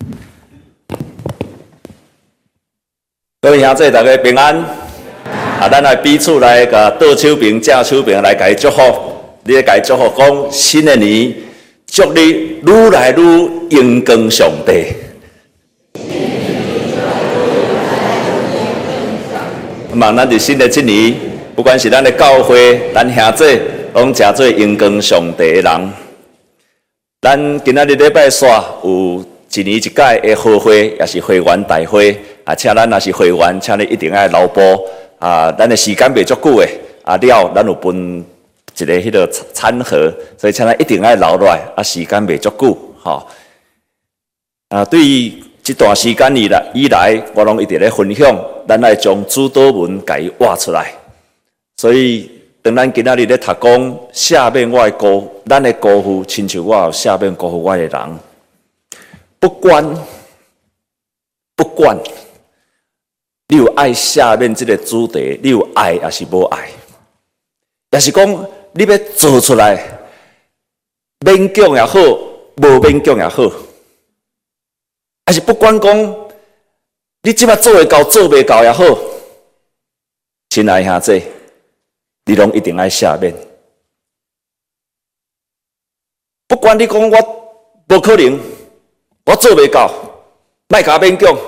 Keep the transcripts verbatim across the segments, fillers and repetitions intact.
各位兄弟，大家平安。啊，咱来彼此来甲倒手边、正手边来甲伊祝福。你来甲伊祝福讲，新的年祝你愈来愈荣光上帝。望咱伫新的一年，不管是咱的教会、咱兄弟，拢诚做荣光上帝的人。咱今仔日礼拜煞有一年一届的好会，也是会员大会。啊，请咱若是会员，请你一定爱留步。啊，咱的时间袂足久的，啊了，咱有分一个迄个餐盒，所以请咱一定爱留落来。啊，时间袂足久，吼。啊，对于这段时间以来，以来我拢一直咧分享，咱爱将主祷文甲伊挖出来。所以，当咱今仔日咧读讲，赦免我的辜，咱的辜负，亲像我有赦免辜负我的人，不管不管。你有爱下面这个主题，你有爱还是无爱？也是讲你要做出来，勉强也好，无勉强也好，还是不管讲你即摆做会到，做袂到也好，亲爱兄弟，你拢一定爱下面。不管你讲我无可能，我做袂到，莫甲我勉强。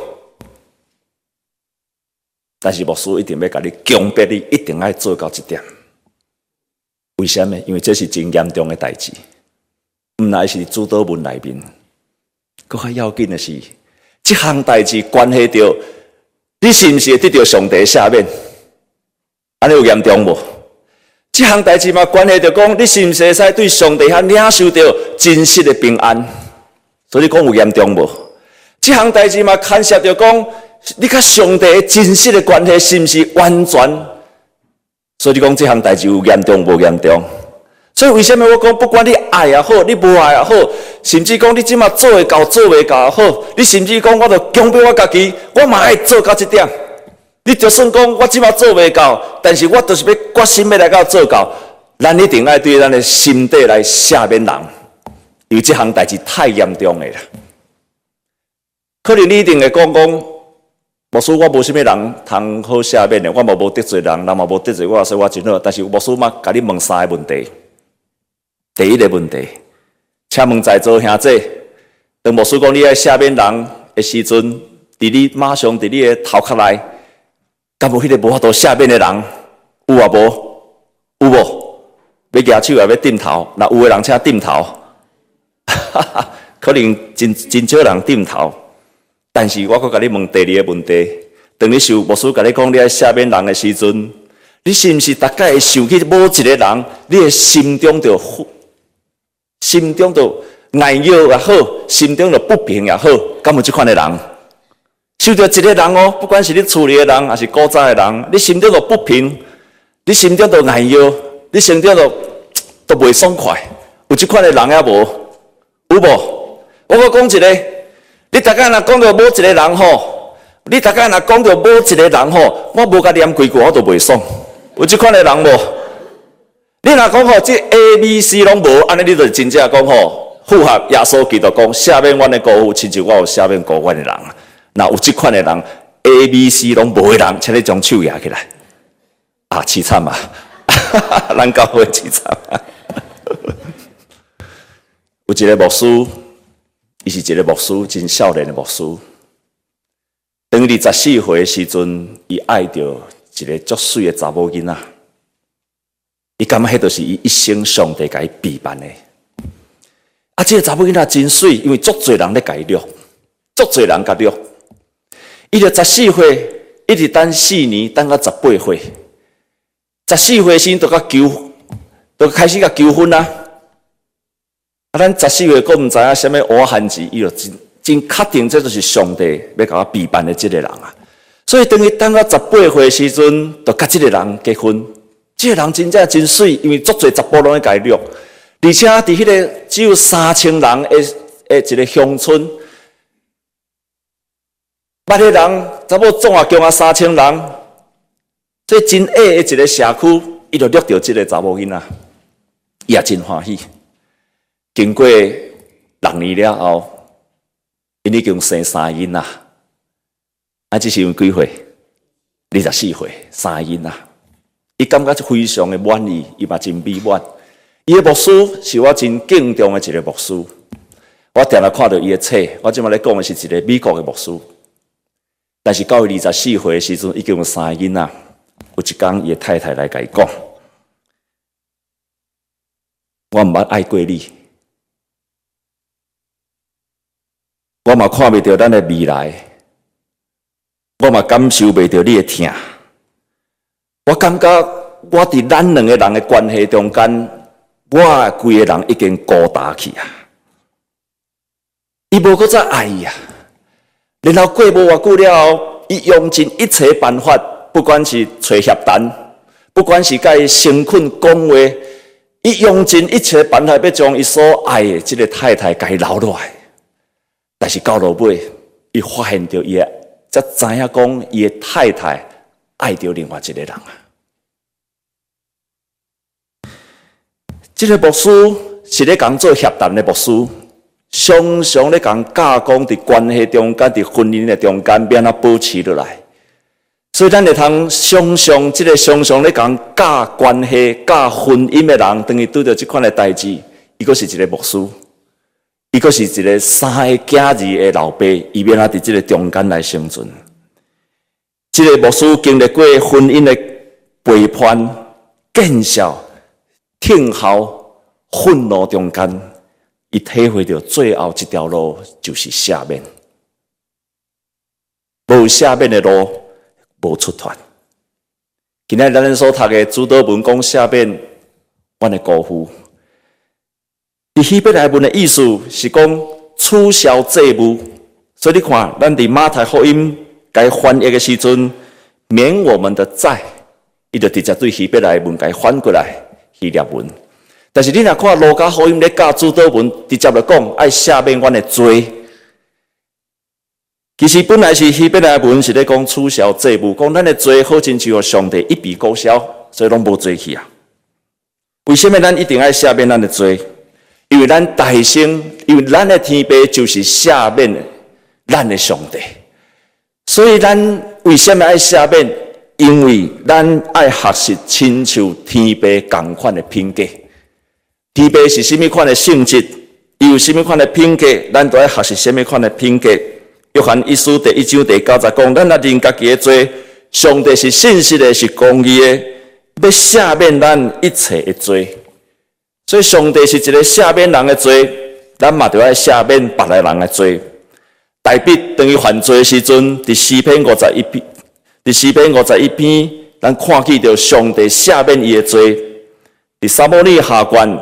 但是牧师一定要甲你强迫你，一定要做到这点。为什么？因为这是真严重的代志，毋乃是主祷文内面。更较要紧的是，这项代志关系到你是毋是会得到上帝赦免？安尼有严重无？这项代志嘛，关系到讲你是毋是会使对上帝遐领受到真实的平安？所以讲有严重无？这项代志嘛，牵涉到讲。你甲上帝真实的关系是毋是完全？所以你讲这项代志有严重无严重？所以为什么我讲，不管你爱也好，你无爱也好，甚至讲你即马做会到做袂到也好，你甚至讲我着强迫我家己，我嘛爱做到这点。你就算讲我即马做袂到，但是我就是要决心要来到做到，咱一定爱对咱的心底来赦免人，因为这项代志太严重的啦。可能你一定会讲讲。牧师，我无啥物人通好赦免的，我嘛无得罪人，人嘛无得罪我，所以我真好。但是牧师嘛，甲你问三个问题。第一个问题，请问在座兄弟，当牧师讲你爱赦免人的时阵，伫你马上伫你的头壳内，敢有迄个无法度赦免的人？有啊无？有无？要举手也要点头，那有的人请点头。哈哈，可能真真少人点头。但是我阁甲你问第二个问题：当你受牧师甲你讲你爱赦免人的时阵，你是毋是大概会想起某一个人，你的心中就心中就哀忧也好，心中就不平也好，敢有这款的人？受到一个人哦，不管是你厝里的人，还是古早的人，你心中就不平，你心中就哀忧，你心中就都袂爽快。有这款的人也无？有无？我阁讲一个。你大概若讲到某一个人吼，你大概若讲到某一个人吼，我无甲念几句我都袂爽。有这款的人无？你若讲吼，这 A、B、C 拢无，安尼你就真正讲吼，符合耶稣基督讲赦免阮的辜负，亲像我有赦免过阮的人。那有这款的人 ，A、B、C 拢无的人，请你将手举起来。啊，凄惨啊！咱教会凄惨啊！有一个牧师。伊是一个牧师，真少年的牧师。当二十四岁的时阵，伊爱着一个足水的查某囡仔。伊感觉迄著是伊一生上帝甲伊陪伴的。啊，这个查某囡仔真水，因为足侪人咧甲伊掠，足侪人甲掠。伊着十四岁，一直等四年，等到十八岁。十四岁时，就甲求，就开始甲求婚啊。啊，咱十四岁，佫毋知影什么乌汉字，伊就真真确定，这就是上帝要甲我陪伴的这个人啊。所以等于等到十八岁时阵，就甲这个人结婚。这个人真正真水，因为足侪查甫拢咧甲伊掠，而且伫迄个只有三千人的的一个乡村，捌个人查某总啊共啊三千人，这真矮的一个社区，伊就掠到这个查某囡仔，伊也真欢喜。经过六年了后， 因已经生三个囡仔，啊，这是因几岁？二十四岁，三个囡仔。伊感觉非常的满意，伊嘛真美满。伊的牧师是我真敬重的一个牧师。我定来看到伊的册，我即摆咧讲的是一个美国的牧师。但是到伊二十四岁的时阵，已经有三个囡仔。有一天，伊的太太来甲伊讲：“我毋捌爱过你，我嘛看袂到咱的未来，我嘛感受袂到你的疼。我感觉我伫咱两个人的关系中间，我规个人已经孤单去啊！伊无搁再爱伊啊！然后过无偌久了后，伊用尽一切办法。”不管是找协谈，不管是甲伊诚恳讲话，伊用尽一切办法要将伊所爱的这个太太甲伊留落来。但是到落尾，伊发现到伊个，才知影讲伊的太太爱着另外一个人啊。这个牧师是咧讲做协谈的牧师，常常咧讲教讲伫关系中间、伫婚姻的中间，要安怎保持落来。所以，咱会通想象，即个常常咧讲教关系、教婚姻的人，当伊拄到即款的代志，伊阁是一个牧师，伊阁是一个三个囝儿的老爸，伊要哪伫即个中间来生存。即个牧师经历过婚姻的背叛、见笑、听候、愤怒中间，伊体会到最后一条路就是赦免，无赦免的路。无出团。今仔咱所读的主导文讲下面，阮的辜负。伫希伯来文的意思是讲取消债务，所以你看，咱伫马太福音该翻译的时阵，免我们的债，伊就直接对希伯来文该翻过来希腊文。但是你若看路加福音咧教主导文，直接就讲爱赦免阮的罪。其实本来是希伯来文是咧讲取消债务，讲咱的罪好亲像上帝一笔勾销，所以拢无罪去啊。为什么咱一定爱赦免咱的罪？因为咱大圣，因为咱的天父就是赦免咱的上帝，所以咱为什么爱赦免？因为咱爱学习亲像天父同款的品格。天父是什么款的性质？伊有什么款的品格？咱都爱学习什么款的品格？约翰一书第一章第九节讲，咱若认家己的罪，上帝是信实的，是公义的，要赦免咱一切的罪。所以上帝是一个赦免人的罪，咱嘛就要赦免别个人的罪。大卫当伊犯罪的时阵，伫诗篇五十一篇，伫诗篇五十一篇，咱看见着上帝赦免伊的罪。伫撒母耳下卷，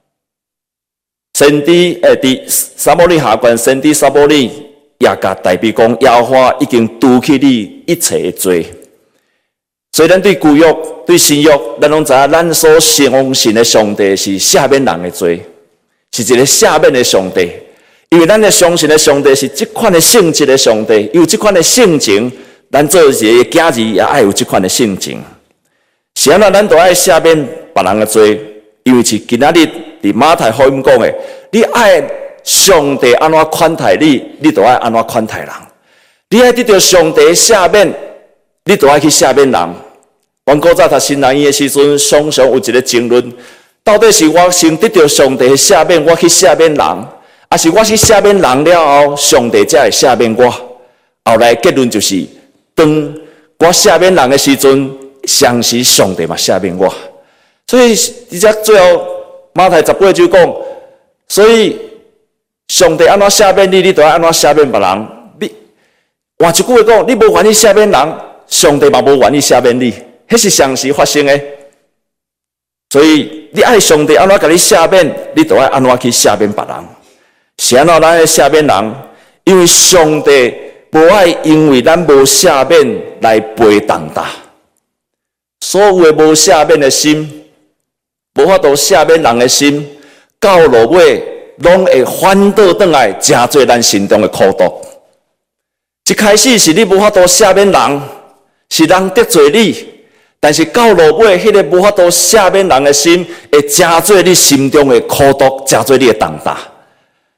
先知诶，伫撒母耳下卷，先知撒母耳也甲大卫讲，耶和华已经除去你一切的罪。所以咱对旧约、对新约，咱拢知影，咱所相信的上帝是赦免人的罪，是一个赦免的上帝。因为咱的相信的上帝是这款的性质的上帝，有这款的性情，咱做一个囝儿也爱有这款的性情。是安怎咱都爱赦免别人的罪，因为是今仔日伫马太福音讲的，你爱上帝安怎款待你，你就爱安怎款待人。你爱得到上帝的赦免，你就爱去赦免人。阮古早读新南医的时阵，常常有一个争论，到底是我先得到上帝的赦免，我去赦免人，还是我去赦免人了后，上帝才会赦免我？后来结论就是，当我赦免人的时阵，相时上帝嘛赦免我。所以，而且最后马太十八就讲，所以上帝安怎赦免你，你就要安怎赦免别人。你换一句话讲，你无愿意赦免人，上帝嘛无愿意赦免你。迄是相时发生的，所以你爱上帝安怎甲你赦免，你就要安怎去赦免别人。是安怎咱会赦免人？因为上帝无爱因为咱无赦免来背重担。所有的无赦免的心，无法度赦免人的心，到落尾拢会反倒转来，加做咱心中的苦毒。一开始是你无法度赦免人，是人得罪你。但是到落尾，迄个无法度赦免人的心，会加做你心中的苦毒，加做你的重担。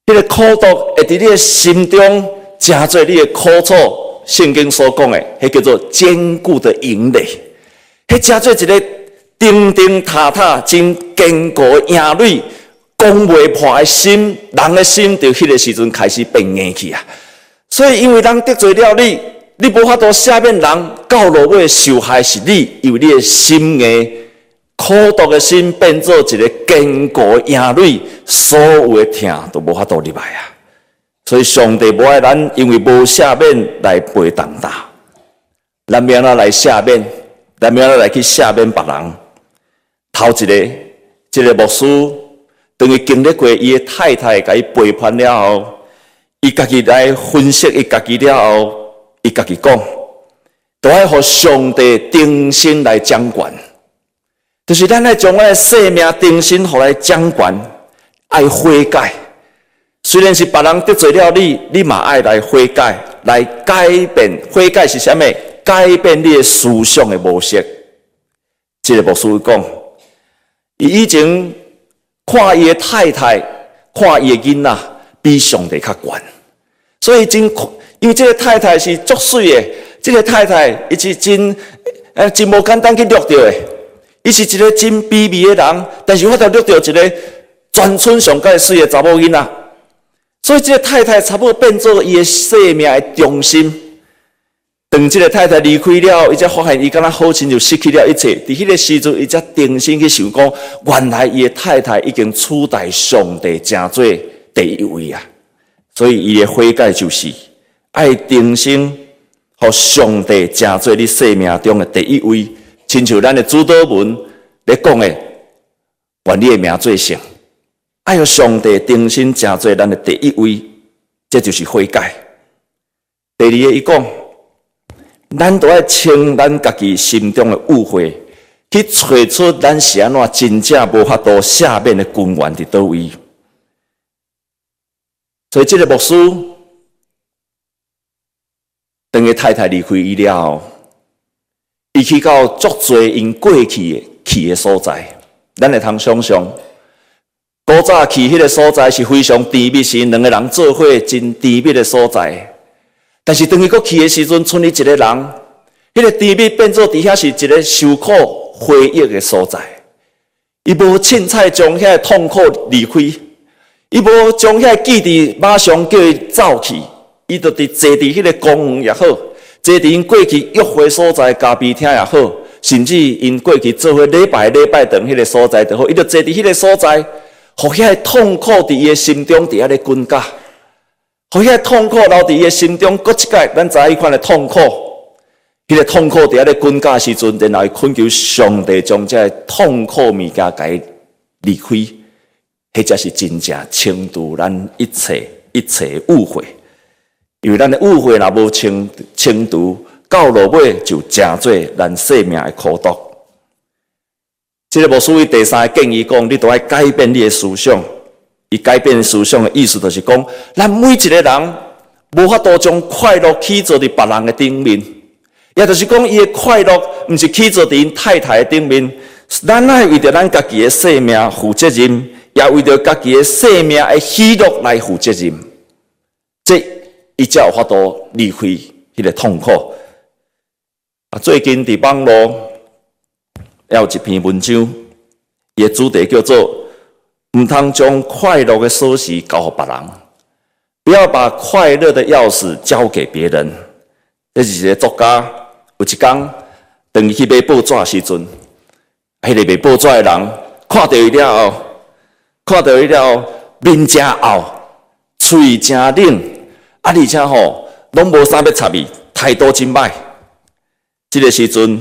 迄个苦毒会伫你的心中加做你的苦楚。圣经所讲的，迄叫做坚固的营垒，迄加做一个钉钉塔塔、真坚固的营垒，攻袂破的心，人的心就迄个时阵开始变硬去啊！所以，因为人得罪了你，你无法度赦免人，到落尾受害是你，因为你的心硬。苦毒的心变做一个坚固的营垒，所有的痛都无法度入来啊！所以上帝无爱咱，因为无赦免来背重担，咱免咱来赦免，咱免咱来去赦免别人。头一个，这个牧师等于经历过伊的太太甲伊背叛了后，伊家己来分析伊家己了后，伊家己讲，都爱互上帝定心来掌管。就是咱爱将咱的生命定心互来掌管，爱悔改。虽然是别人得罪了你，你嘛爱来悔改，来改变。悔改是啥物？改变你的思想的模式。这个牧师讲，伊以前看伊的太太，看伊的囡仔，比上帝较悬。所以真，因为这个太太是足水的，这个太太伊是真，呃，真无简单去掠到的。伊是一个真卑微的人，但是我都掠到一个全村上界水的查某囡仔。所以，这个太太差不多变做伊的生命的中心。当这个太太离开了，伊才发现伊敢若好亲就失去了一切。伫迄个时阵，伊才定心去想讲，原来伊的太太已经取代上帝成做第一位啊！所以，伊的悔改就是爱定心，互上帝成做你生命中的第一位。亲像咱的主祷文咧讲的，愿你的名做圣。爱互上帝定心成做咱的第一位，这就是悔改。第二个，伊讲，咱都要清咱家己心中的误会，去找出咱是安怎真正无法度赦免的根源伫倒位。所以，这个牧师，当伊太太离开伊了后，伊去到足多因过去的去的所在，咱会通想象。古早去迄个所在是非常甜蜜，是两个人做伙真甜蜜的所在。但是当伊搁去的时阵，剩伊一个人，迄个甜蜜变做伫遐是一个受苦回忆的所在。伊无凊彩将遐痛苦离开，伊无将遐记忆马上叫伊走去，伊就伫坐伫迄个公园也好，坐伫因过去约会所在咖啡厅也好，甚至因过去做伙礼拜礼拜堂迄个所在就好，伊就坐伫迄个所在。互遐痛苦伫伊的心中，伫遐咧滚甲；互遐痛苦留伫伊的心中，搁一摆，咱知影迄款的痛苦，迄个痛苦伫遐咧滚甲的时阵，然后伊恳求上帝将这痛苦物件甲伊离开，迄才是真正清除咱一切一切误会。因为咱的误会若无清清除，到落尾就成做咱生命的苦毒。这个牧师为第三个建议讲，你都要改变你的思想。伊改变思想的意思，就是讲，咱每一个人无法度将快乐起做伫别人的顶面，也就是讲，伊的快乐毋是起做伫因太太的顶面。咱爱为着咱家己的生命负责任，也为着家己的生命的喜乐来负责任。这伊才有法度离开迄个痛苦。啊，最近伫网络。也有一篇文章，伊的主题叫做“唔通将快乐的锁匙交给别人，不要把快乐的钥匙交给别人”。这是一个作家，有一天，当伊去买报纸的时阵，迄个卖报纸的人看到伊了后，看到伊了后，面真红，嘴真冷，啊，而且吼，拢无啥要插伊，态度真歹。这个时阵。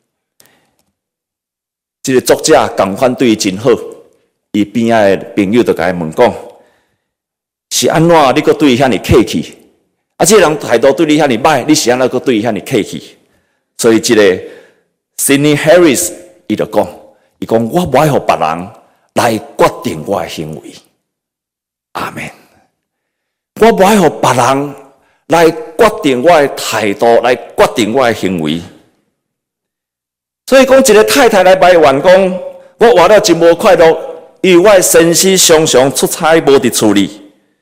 这个作者同款对伊真好，伊边仔的朋友就甲伊问讲：是安怎你阁对伊遐尼客气？啊，这个人态度对你遐尼歹，你是安怎阁对伊遐尼客气？所以，这个 Sidney Harris 伊就讲：伊讲我不爱互别人来决定我的行为。阿們。我不爱互别人来决定我的态度，来决定我的行为。所以讲，一个太太来埋怨讲，我活了真无快乐，因为我的先生常常出差无伫厝里。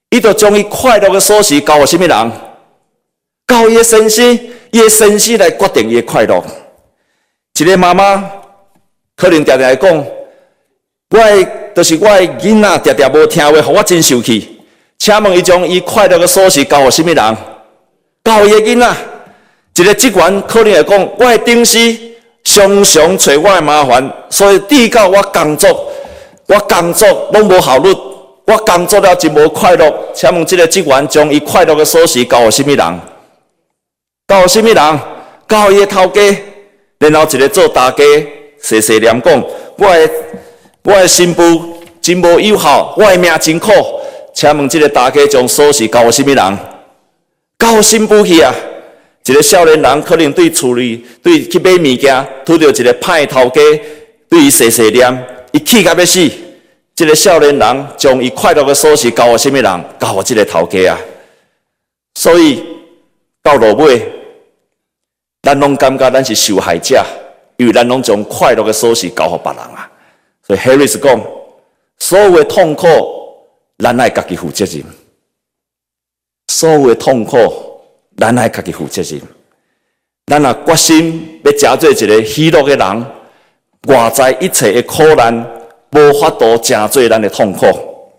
伊就将伊快乐的锁匙交予什么人？交伊的先生，伊的先生来决定伊的快乐。一个妈妈可能常常会讲，我的就是我的囡仔常常无听话，互我真生气。请问伊将伊快乐的锁匙交予什么人？交伊的囡仔。一个职员可能会讲，我的顶司常常找我的麻烦，所以抵到我工作，我工作拢无效率，我工作了真无快乐。请问这个职员将伊快乐的锁匙交予什么人？交予什么人？交伊的头家。然后一个做大家细细念讲，我的我的新妇真无友好，我的命真苦。请问这个大家将锁匙交予什么人？交予新妇去啊！一个少年人可能对厝里对去买物件，拄到一个歹头家，对伊细细念，伊气甲要死。这个少年人将伊快乐的锁匙交予什么人？交予这个头家啊！所以到落尾，咱拢感觉咱是受害者，因为咱拢将快乐的锁匙交予别人啊。所以 Harris 讲，所有的痛苦，咱爱家己负责任。所有的痛苦。咱爱家己负责任，咱若决心要成做一个喜乐的人，外在一切的苦难无法度成做咱的痛苦。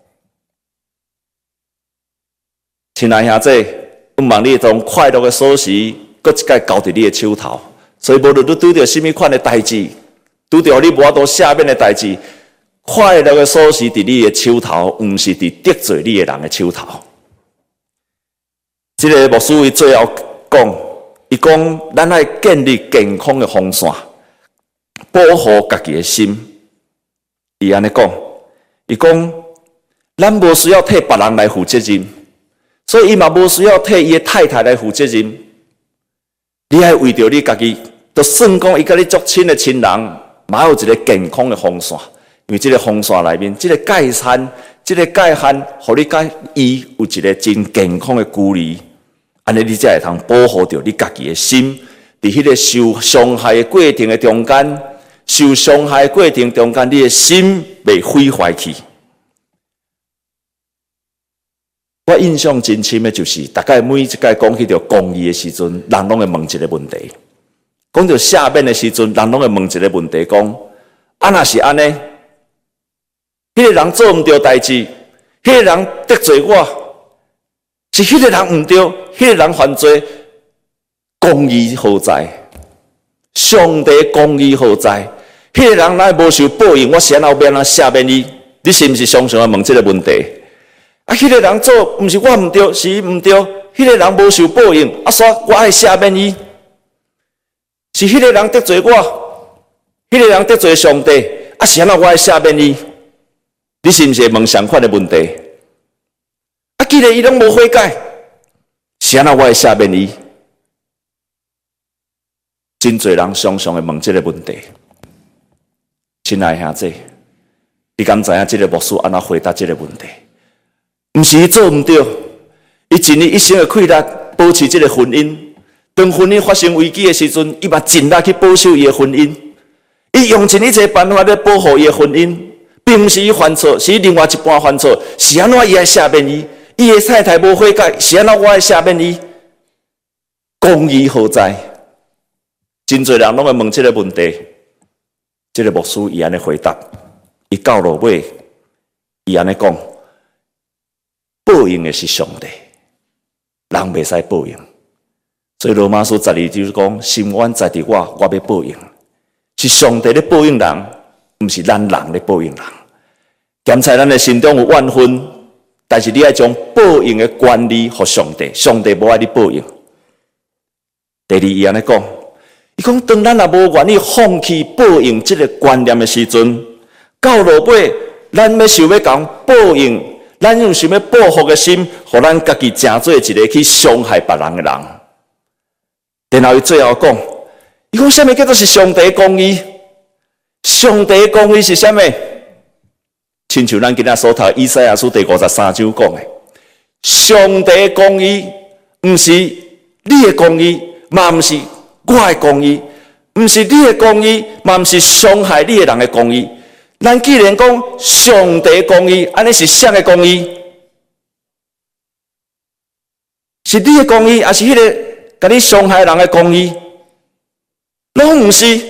亲爱兄弟，我望你将快乐的锁匙，搁一摆交伫你的手头。所以无论你拄到什么款的代志，拄到你无法度赦免的代志，快乐的锁匙伫你的手头，毋是伫得罪你的人的手头。这个牧师伊最后讲，伊讲咱爱建立健康的风扇，保护家己的心。伊安尼讲，伊讲咱无需要替别人来负责任，所以伊嘛无需要替伊的太太来负责任。你爱为着你家己，就算讲伊甲你足亲的亲人，嘛有一个健康的风扇，因为这个风扇内面，这个界限，这个界限，互你甲伊有一个真健康的距离。安尼你才会通保护着你家己的心，伫迄个受伤害的过程的中间，受伤害的过程中间，你的心袂毁坏去。我印象真深的就是，大概每一届讲起着公义的时阵，人拢会问一个问题；讲到下面的时阵，人拢会问一个问题，讲啊，若是安尼，迄个人做毋对代志，迄个人得罪我。是迄个人毋对，迄个人犯罪，公义何在？上帝公义何在？迄个人若无受报应，我先后边啊下面你，你是毋是常常问这个问题？啊，迄个人做毋是我毋对，是伊毋对，迄个人无受报应，啊，煞我爱下面伊，是迄个人得罪我，迄个人得罪上帝，啊，是安怎我爱下面伊？你是毋是会问相款的问题？啊，既然伊拢无悔改，是安怎我会赦免伊？真侪人常常会问这个问题。亲爱的兄弟，你敢知影这个牧师安怎回答这个问题？毋是伊做毋对，伊尽伊一生的气力保持这个婚姻。当婚姻发生危机的时阵，伊嘛尽力去保守伊的婚姻。伊用尽一切办法来保护伊的婚姻，并毋是伊犯错，是伊另外一半犯错，是安怎伊爱赦免伊？伊的太太无悔改，是安怎我爱赦免伊？公义何在？真侪人拢会问这个问题。这个牧师伊安尼回答，伊到落尾，伊安尼讲：报应的是上帝，人袂使报应。所以罗马书十二就是讲：心愿在伫我，我要报应。是上帝咧报应人，毋是咱人咧报应人。检查咱的心中有怨恨。但是你要将报应的管理给上帝，上帝无爱你报应。第二，伊安尼讲，伊讲当咱也无愿意放弃报应这个观念的时阵，到落尾，咱要想要讲报应，咱用想要报复的心，互咱家己成做一个去伤害别人的人。然后伊最后讲，伊讲什么叫做是上帝公义？上帝公义是什么？亲像咱今仔所读以赛亚书第五十三章讲的，上帝公义毋是你的公义，嘛毋是我的公义，毋是你的公义，嘛毋是伤害你的人的公义。咱既然讲上帝公义，安尼是谁的公义？ 是你的公义，还是迄个甲你伤害人的公义？拢毋是，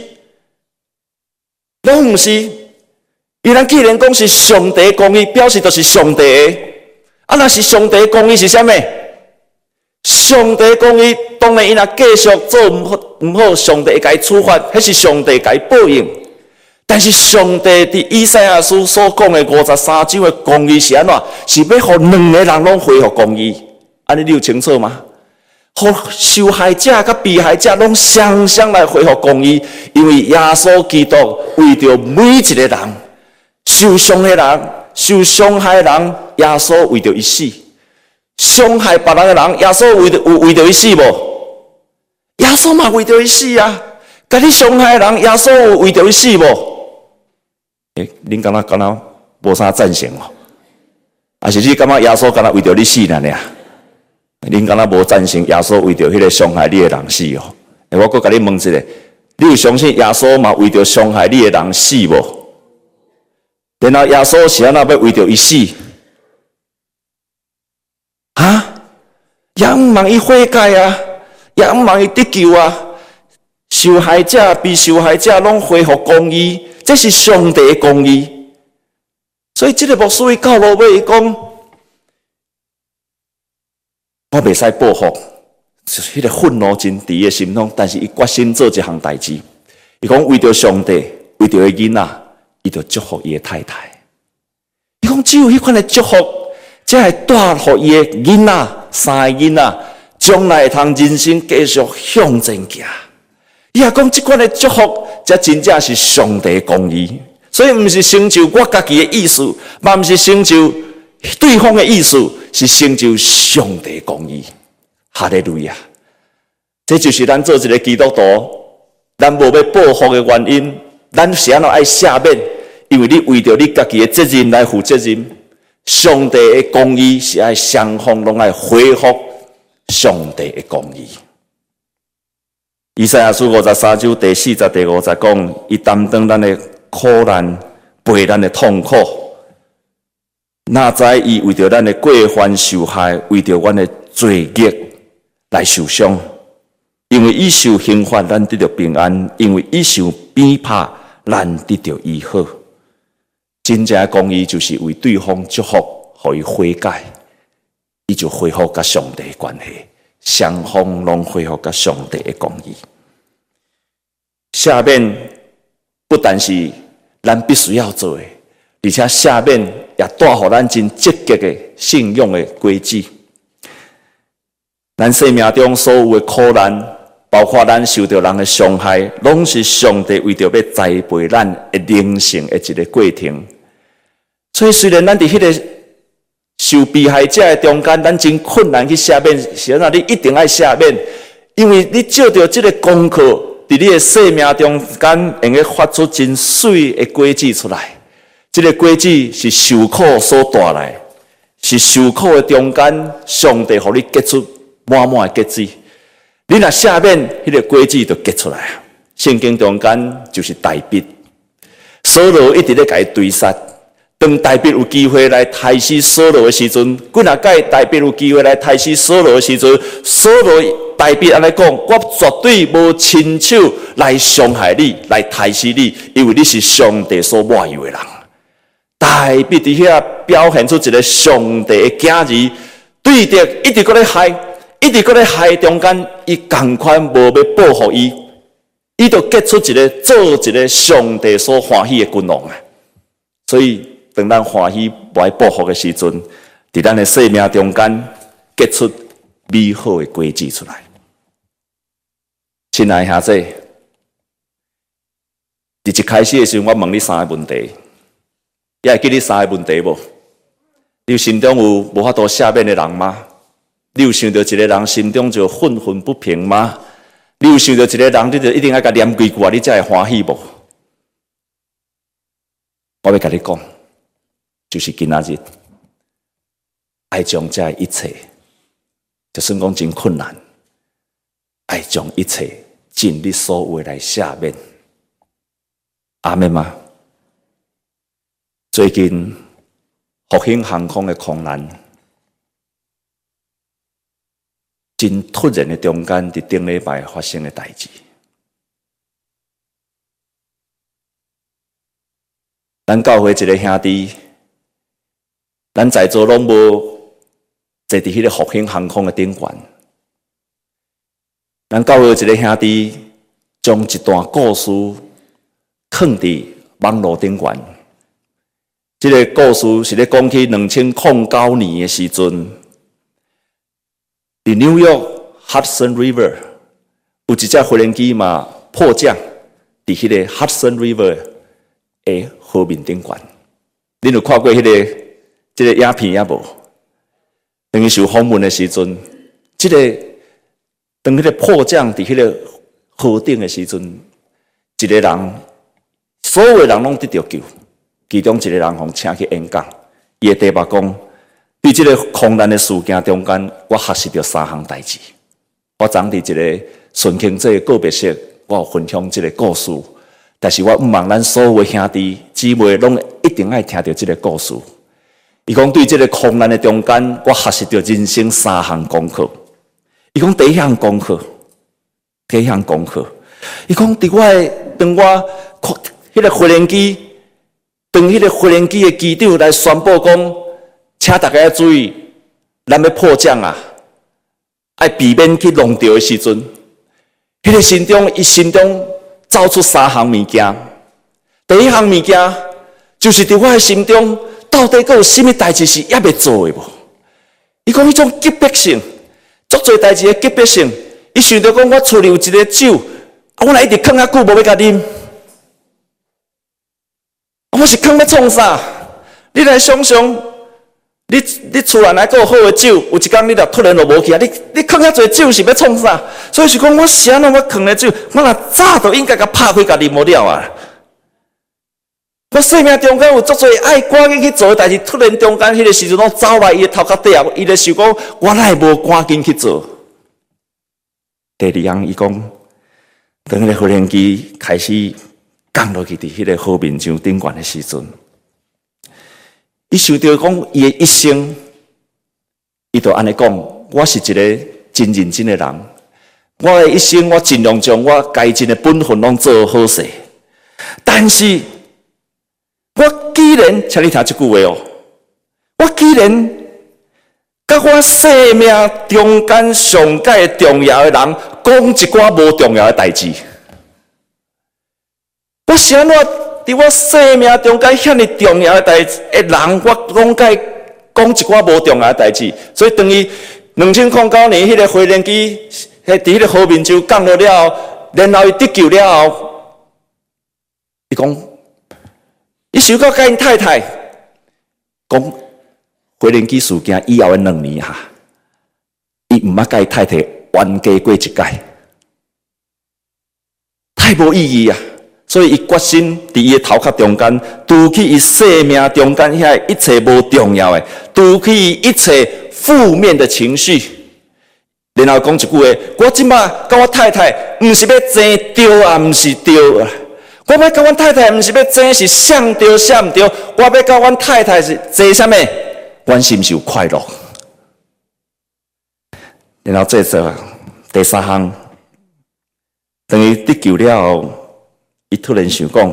拢毋是。伊咱既然讲是上帝的公义，表示就是上帝的。啊，若是上帝的公义是啥物？上帝的公义，当然伊若继续做毋好毋好，上帝会甲伊处罚，迄是上帝甲伊报应。但是上帝伫以赛亚书所讲的五十三章的公义是安怎？是要互两个人拢恢复公义。安尼你有清楚吗？互受害者甲被害者拢双双来恢复公义，因为耶稣基督为着每一个人受伤的人、受伤害的人，耶稣为着伊死；伤害别人的人，耶稣为着有为着伊死无？耶稣嘛为着伊死啊！甲你伤害的人，耶稣有为着伊死无？诶，恁敢若敢若无啥赞成哦？还是你感觉耶稣敢若为着你死呢？恁敢若无赞成耶稣为着迄个伤害你的人死哦？诶，我搁甲你问一下，你有相信耶稣嘛为着伤害你的人死无？然后耶稣是安怎要为着伊死？啊？也毋望伊悔改啊，也毋望伊得救啊。受害者、被受害者拢恢复公义，这是上帝的公义。所以这个牧师到落尾伊讲，我袂使报复，就是迄个愤怒真伫伊心中，但是伊决心做一项代志。伊讲为着上帝，为着伊囡仔，伊就祝福伊的太太。伊讲只有迄款的祝福，才会带互伊的囡仔、三个囡仔，将来会通人生继续向前行。伊也讲，即款的祝福，才真正是上帝的公义。所以，毋是成就我家己的意思，嘛毋是成就对方的意思，是成就上帝的公义。哈利路亚！这就是咱做一个基督徒，咱无要报复的原因。咱是安怎爱赦免？因为你为着你家己的责任来负责任。上帝的公义是爱双方拢爱恢复上帝的公义。以赛亚书五十三章第四十、第五十讲，伊担当咱的苦难，背咱的痛苦。哪知伊为着咱的过犯受害，为着阮的罪孽来受伤。因为伊受刑罚，咱得到平安；因为伊受鞭拍，咱得到医好。真正的公义就是为对方祝福，互伊悔改，伊就恢复甲上帝的关系。双方拢恢复甲上帝的公义。赦免不但是咱必须要做的，而且赦免也带予咱真积极的信用的轨迹。咱生命中所有的苦难，包括咱受到人的伤害，拢是上帝为着要栽培咱的灵性的一个过程。所以虽然咱伫迄个受被害者的中间，咱真困难去赦免，是安怎？你一定要赦免，因为你照着这个功课，伫你的生命中间，会用发出真水的果子出来。这个果子是受苦所带来，是受苦的中间，上帝互你结出满满的果子。你若赦免，迄个果子就结出来。圣经中间就是大卫，扫罗一直咧甲伊追杀。当大卫有机会来杀死扫罗的时阵，几若届大卫有机会来杀死扫罗的时阵，扫罗大卫安尼讲：我绝对无亲手来伤害你，来杀死你，因为你是上帝所抹油的人。大卫伫遐表现出一个上帝的囝儿，对着一直搁咧害，一直搁咧害中间，伊同款无要报复伊，伊就结出一个做一个上帝所欢喜的君王啊！所以。当咱欢喜不爱报复的时阵，伫咱的生命中间结出美好的果子出来。亲爱的兄弟，伫一开始的时候，我问你三个问题，你会记你三个问题无？你心中有无法度赦免的人吗？你有想到一个人心中就愤愤不平吗？你有想到一个人，你就一定要甲念几句，你才会欢喜无？我要甲你讲。就是今仔日，爱将这一切，就算讲真困难，爱将一切尽力所为来赦免。阿们吗？最近复兴航空的空难， 真突然的中间，伫顶礼拜发生的代志。咱教会一个兄弟，咱在座拢无坐伫迄个复兴航空的顶悬。咱教会一个兄弟，将一段故事放伫网络顶悬。这个故事是咧讲起两千零九年的时阵，伫纽约 Hudson River 有一只飞机嘛迫降，伫迄个 Hudson River 的河面顶悬。恁有看过迄、那个即、这个影片也无？当伊受访问的时阵，即、这个当迄个迫降伫迄个河顶的时阵，一个人，所有的人拢得到救。其中一个人互请去演讲，伊的题目讲：对这个空难的事件中间，我学习到三项代志。我昨伫一个顺庆节告别式，我有分享这个故事。但是我毋望咱所有的兄弟姊妹拢一定爱听到这个故事。伊讲对这个空难的中间，我学习到人生三项功课。伊讲第一项功课，第一项功课。伊讲伫我的当我看迄个飞机。当迄个飞机的机长来宣布讲，请大家注意，咱要迫降啊，爱避免去弄到的时阵，迄个心中，伊心中走出三项物件。第一项物件就是伫我的心中，到底佫有甚物代志是还未做的无？伊讲迄种急迫性，足侪代志的急迫性，伊想到讲我厝里有一个酒，我来一直囥遐久，无要甲啉。我是囥要创啥？你来想想，你你厝内来个有好的酒，有一天你就突然就无去啊！你你囥遐侪酒是要创啥？所以是讲我是安怎我囥的酒，我若早就应该甲拍开甲啉无了啊！我生命中间有足侪爱赶紧去做的代志，突然中间迄个时阵拢走来伊的头壳底啊，伊就想讲我哪会无赶紧去做？第二项伊讲，当迄个飞机开始。降落去伫迄个河面上顶悬的时阵，伊想到讲伊的一生，伊就安尼讲：我是一个真认真的人，我的一生我尽量将我该尽的本分拢做好势。但是，我既然，请你听这句话哦，我既然甲我生命中间上界重要的人讲一寡无重要的代志。我是安怎伫我生命中间遐尼重要的代志的人，我讲甲讲一寡无重要的代志，所以等于两千零九年迄个飞机，迄伫迄个河面上降落了后，然后伊得救了后，伊讲，伊想到甲因太太讲飞机事件以后的两年哈，伊毋捌甲伊太太冤家过一届，太无意义啊！所以，伊决心伫伊的头壳中间，除去伊生命中间遐一切无重要的，除去一切负面的情绪，然后讲一句话：我即摆甲我太太，毋是要争对啊，毋是对啊。我要甲阮太太，毋是要争是谁对谁毋对，我要甲阮太太是争啥物？阮是毋是有快乐？然后这做第三项，等于得救了后。伊突然想讲，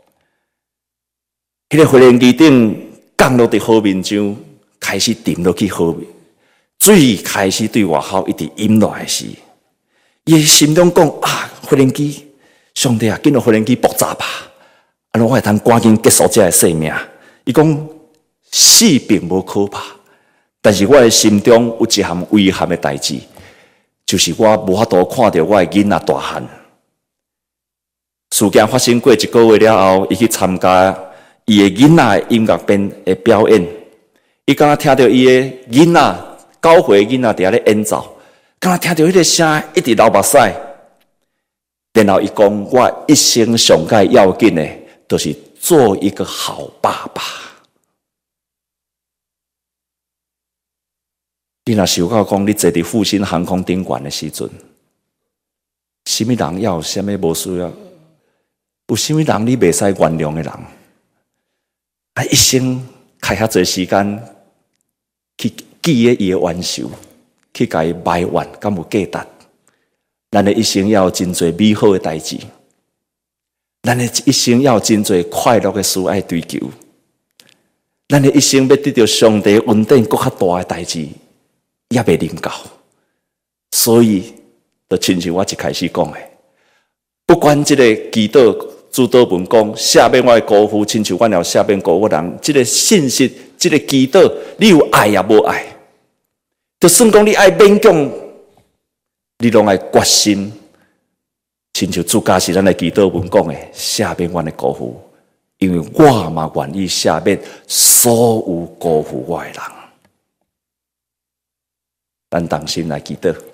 迄个飞机顶降落伫河面上，开始沉落去河面，水开始对外口一直淹落来时，伊心中讲啊，飞机，上帝啊，紧互飞机爆炸吧！安尼我会通赶紧结束这个生命。伊讲死并无可怕，但是我的心中有一项遗憾的代志，就是我无法度看到我的囡仔大汉。事件发生过一个月了后，伊去参加伊的囡仔的音乐班的表演。伊刚刚听到伊的囡仔九岁囡仔伫遐咧演奏，刚刚听到迄个声一直流目屎。然后伊讲：我一生上界要紧的，就是做一个好爸爸。你若想到讲，你坐伫复兴航空顶悬的时阵，什么人要，什么无需要？有啥物人你袂使原谅的人，啊，一生开遐侪时间去记咧伊的冤仇， 去甲伊埋怨，敢有价值？咱的一生要有真侪美好的代志，咱的一生要有真侪快乐的事爱追求，咱的一生要得到上帝恩典更较大的代志，也未能够。所以，就亲像我一开始讲的，不管这个祈祷主祷文讲，下面我的辜负，亲像我了下面辜负人，这个信息，这个祈祷，你有爱也无爱，就算讲你爱勉强，你拢爱决心，亲像主家是咱的祈祷文讲的，下面我的辜负，因为我嘛愿意下面所有辜负我的人，咱同心来祈祷。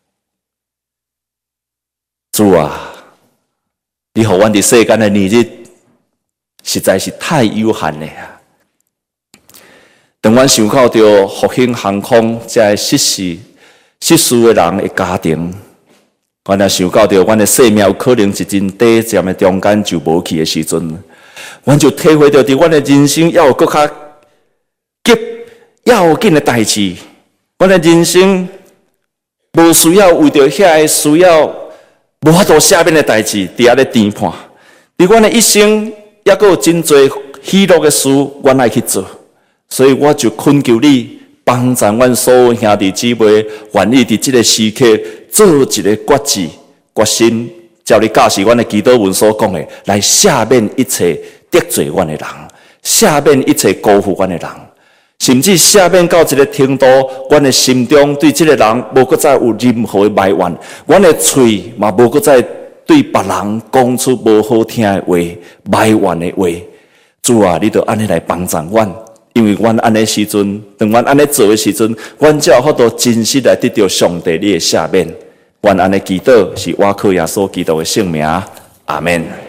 主啊，你予阮伫世间的年日实在是太有限了啊！当阮想到着复兴航空这失事失事的人的家庭，阮也想到着阮的生命有可能一阵短暂的中间就无去的时阵，阮就体会到伫阮的人生要有更较急要紧的代志，阮的人生无需要为着遐个需要。无法度下面的代志，伫遐咧谈判。伫阮的一生，也阁有真侪喜乐的事，阮爱去做。所以我就恳求你帮助阮所有兄弟姊妹，愿意伫即个时刻做一个决志、决心，照你教示阮的祈祷文所讲的，来赦免一切得罪阮的人，赦免一切辜负阮的人。甚至下面到一个程度，阮的心中对这个人无搁再有任何的埋怨，阮的嘴嘛无搁再对别人讲出无好听的话、埋怨的话。主啊，你就安尼来帮助阮，因为阮安尼时阵，当阮安尼做的时阵，阮才有法度真实来得到上帝你的赦免。阮安尼祈祷是我靠耶稣基督的圣名，阿门。